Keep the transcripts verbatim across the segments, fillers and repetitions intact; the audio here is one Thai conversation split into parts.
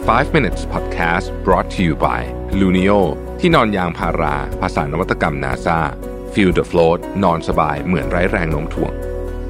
five minutes podcast brought to you by Lunio ที่นอนยางพาราภาษานวัตกรรม NASA Feel the float นอนสบายเหมือนไร้แรงโน้มถ่วง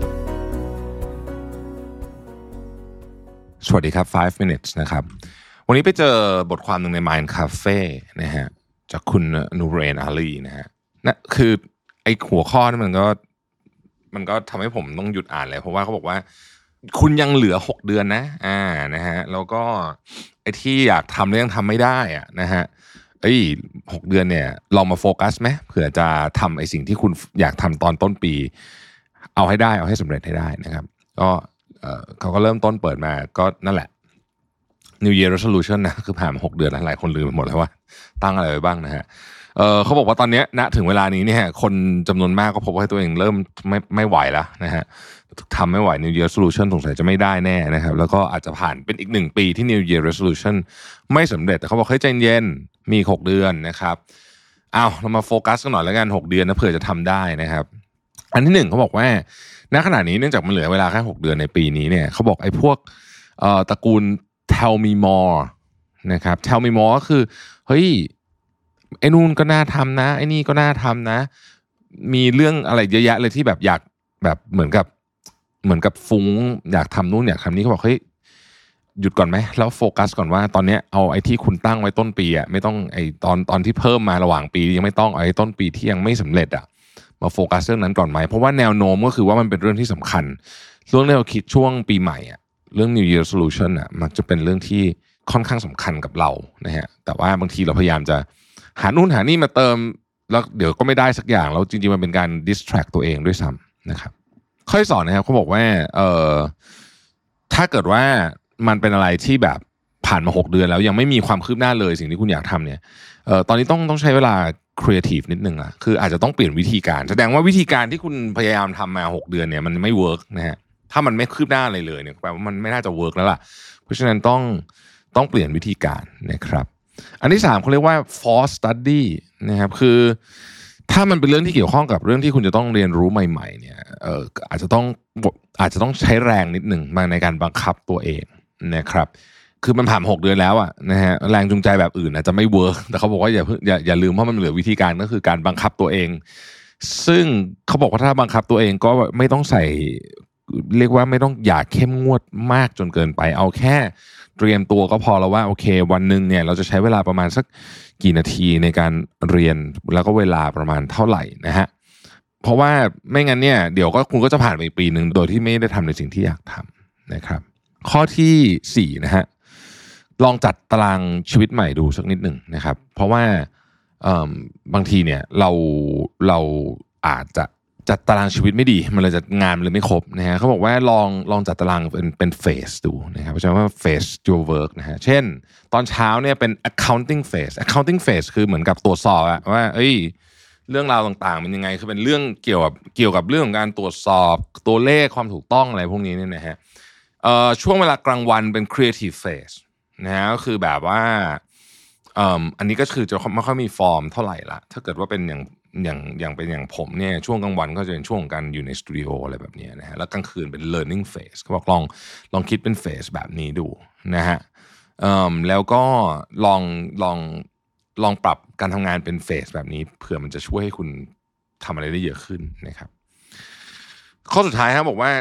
สวัสดีครับfive minutes นะครับวันนี้ไปเจอบทความหนึ่งใน Mind Cafe นะฮะจากคุณนูเรนอาลีนะฮะนะคือไอ้หัวข้อนี่มันก็มันก็ทำให้ผมต้องหยุดอ่านเลยเพราะว่าเขาบอกว่าคุณยังเหลือหกเดือนนะอ่านะฮะแล้วก็ไอ้ที่อยากทำแล้วยังทำไม่ได้อ่ะนะฮะเอ้ยหกเดือนเนี่ยลองมาโฟกัสไหมเผื่อจะทำไอ้สิ่งที่คุณอยากทำตอนต้นปีเอาให้ได้เอาให้สำเร็จให้ได้นะครับก็เออเขาก็เริ่มต้นเปิดมาก็นั่นแหละ New Year Resolution นะคือผ่านมาหกเดือนแล้วหลายคนลืมไปหมดแล้วว่าตั้งอะไรไว้บ้างนะฮะเออเขาบอกว่าตอนนี้ณถึงเวลานี้เนี่ยคนจำนวนมากก็พบว่าตัวเองเริ่มไม่ไม่ไหวแล้วนะฮะทำไม่ไหว New Year Resolution สงสัยจะไม่ได้แน่นะครับแล้วก็อาจจะผ่านเป็นอีกหนึ่งปีที่ New Year Resolution ไม่สำเร็จแต่เขาบอกให้ใจเย็นมีหกเดือนนะครับเอาเรามาโฟกัสกันหน่อยแล้วกันหกเดือนนะเผื่อจะทำได้นะครับอันที่หนึ่งเขาบอกว่าณขณะนี้เนื่องจากมันเหลือเวลาแค่หกเดือนในปีนี้เนี่ยเขาบอกไอ้พวกเอ่อตระกูล tell me more นะครับ tell me more ก็คือเฮ้ยไอ้นู่นก็น่าทำนะไอ้นี่ก็น่าทำนะมีเรื่องอะไรเยอะแยะเลยที่แบบอยากแบบเหมือนกับเหมือนกับฟุ้งอยากทำนู่นอยากทำนี่เขาบอกเฮ้ยหยุดก่อนไหมแล้วโฟกัสก่อนว่าตอนนี้เอาไอ้ที่คุณตั้งไว้ต้นปีอ่ะไม่ต้องไอ้ตอนตอนที่เพิ่มมาระหว่างปียังไม่ต้องไอ้ต้นปีที่ยังไม่สำเร็จอ่ะมาโฟกัสเรื่องนั้นก่อนไหมเพราะว่าแนวโน้มก็คือว่ามันเป็นเรื่องที่สำคัญเรื่องที่เราคิดช่วงปีใหม่อ่ะเรื่อง New Year Resolution อ่ะมันจะเป็นเรื่องที่ค่อนข้างสำคัญกับเรานะฮะแต่ว่าบางทีเราพยายามจะหานู่นหานี่มาเติมแล้วเดี๋ยวก็ไม่ได้สักอย่างแล้วจริงๆมันเป็นการ distract ตัวเองด้วยซ้ำนะครับข้อที่สองนะครับเขาบอกว่าเอ่อถ้าเกิดว่ามันเป็นอะไรที่แบบผ่านมาหกเดือนแล้วยังไม่มีความคืบหน้าเลยสิ่งที่คุณอยากทำเนี่ยเอ่อตอนนี้ต้องต้องใช้เวลา creative นิดนึงละคืออาจจะต้องเปลี่ยนวิธีการแสดงว่าวิธีการที่คุณพยายามทำมาหกเดือนเนี่ยมันไม่ work นะฮะถ้ามันไม่คืบหน้าอะไรเลยเนี่ยแปลว่ามันไม่น่าจะ work แล้วล่ะเพราะฉะนั้นต้องต้องเปลี่ยนวิธีการนะครับอันที่สามเขาเรียกว่า force study นะครับคือถ้ามันเป็นเรื่องที่เกี่ยวข้องกับเรื่องที่คุณจะต้องเรียนรู้ใหม่ๆเนี่ยเอ่ออาจจะต้องอาจจะต้องใช้แรงนิดหนึ่งมาในการบังคับตัวเองนะครับคือมันผ่านหกเดือนแล้วอ่ะนะฮะแรงจูงใจแบบอื่นอาจจะไม่เวิร์กแต่เขาบอกว่าอย่าอย่าอย่าลืมว่ามันเหลือวิธีการก็คือการบังคับตัวเองซึ่งเขาบอกว่าถ้าบังคับตัวเองก็ไม่ต้องใส่เรียกว่าไม่ต้องอย่าเข้มงวดมากจนเกินไปเอาแค่เตรียมตัวก็พอแล้วว่าโอเควันนึงเนี่ยเราจะใช้เวลาประมาณสักกี่นาทีในการเรียนแล้วก็เวลาประมาณเท่าไหร่นะฮะเพราะว่าไม่งั้นเนี่ยเดี๋ยวก็คุณก็จะผ่านไปอีกปีนึงโดยที่ไม่ได้ทำในสิ่งที่อยากทำนะครับข้อที่สี่นะฮะลองจัดตารางชีวิตใหม่ดูสักนิดหนึ่งนะครับเพราะว่าบางทีเนี่ยเราเราอาจจะจัดตารางชีวิตไม่ดีมันเลยจะงานมันเลยไม่ครบนะฮะเขาบอกว่าลองลองจัดตารางเป็นเป็นเฟสดูนะครับใช้คำว่า phase your work นะฮะเช่นตอนเช้าเนี่ยเป็น accounting phase accounting phase คือเหมือนกับตรวจสอบอะว่าเอ้ยเรื่องราวต่างๆมันยังไงคือเป็นเรื่องเกี่ยวกับเกี่ยวกับเรื่องของการตรวจสอบตัวเลขความถูกต้องอะไรพวกนี้เนี่ยนะฮะเอ่อช่วงเวลากลางวันเป็น creative phase นะฮะก็คือแบบว่าเอ่ออันนี้ก็คือจะไม่ค่อยมีฟอร์มเท่าไหร่ละถ้าเกิดว่าเป็นอย่างอย่างอย่างเป็นอย่างผมเนี่ยช่วงกลางวันก็จะเป็นช่วงของการอยู่ในสตูดิโออะไรแบบนี้นะฮะแล้วกลางคืนเป็น learning phase เขาบอกลองลองคิดเป็น phase แบบนี้ดูนะฮะเอ่อแล้วก็ลองลองลองปรับการทำงานเป็น phase แบบนี้เผื่อมันจะช่วยให้คุณทำอะไรได้เยอะขึ้นนะครับข้อสุดท้ายครับบอกว่า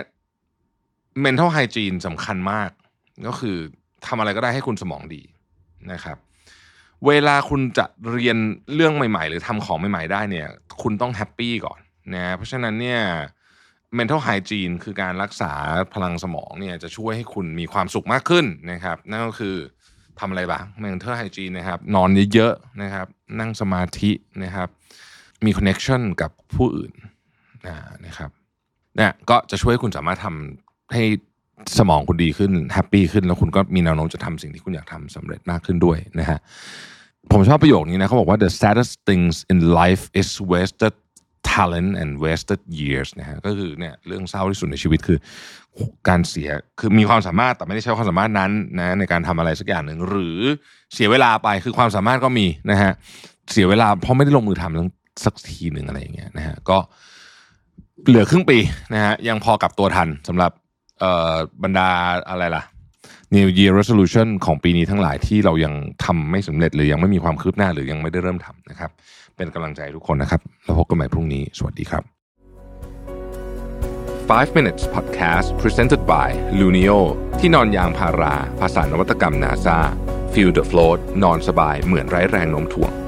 mental hygiene สำคัญมากก็คือทำอะไรก็ได้ให้คุณสมองดีนะครับเวลาคุณจะเรียนเรื่องใหม่ๆหรือทำของใหม่ๆได้เนี่ยคุณต้องแฮปปี้ก่อนนะเพราะฉะนั้นเนี่ย mental hygiene คือการรักษาพลังสมองเนี่ยจะช่วยให้คุณมีความสุขมากขึ้นนะครับนั่นก็คือทำอะไรบ้าง mental hygiene นะครับนอนเยอะๆนะครับนั่งสมาธินะครับมี connection กับผู้อื่นนะครับเนี่ยก็จะช่วยให้คุณสามารถทำให้สมองคุณดีขึ้นแฮปปี้ขึ้นแล้วคุณก็มีแนวโน้มจะทำสิ่งที่คุณอยากทำสำเร็จมากขึ้นด้วยนะฮะผมชอบประโยคนี้นะเขาบอกว่า the saddest things in life is wasted talent and wasted years นะฮะก็คือเนี่ยเรื่องเศร้าที่สุดในชีวิตคือการเสียคือมีความสามารถแต่ไม่ได้ใช้ความสามารถนั้นนะในการทำอะไรสักอย่างหนึ่งหรือเสียเวลาไปคือความสามารถก็มีนะฮะเสียเวลาเพราะไม่ได้ลงมือทำสักทีหนึ่งอะไรอย่างเงี้ยนะฮะก็เหลือครึ่งปีนะฮะยังพอกลับตัวทันสำหรับเอ่อบรรดาอะไรล่ะ New Year Resolution ของปีนี้ทั้งหลายที่เรายังทำไม่สำเร็จหรือยังไม่มีความคืบหน้าหรือยังไม่ได้เริ่มทำนะครับเป็นกำลังใจทุกคนนะครับแล้วพบกันใหม่พรุ่งนี้สวัสดีครับ five minutes podcast presented by Lunio ที่นอนยางพาราภาษานวัตกรรม NASA Feel the float นอนสบายเหมือนไร้แรงโน้มถ่วง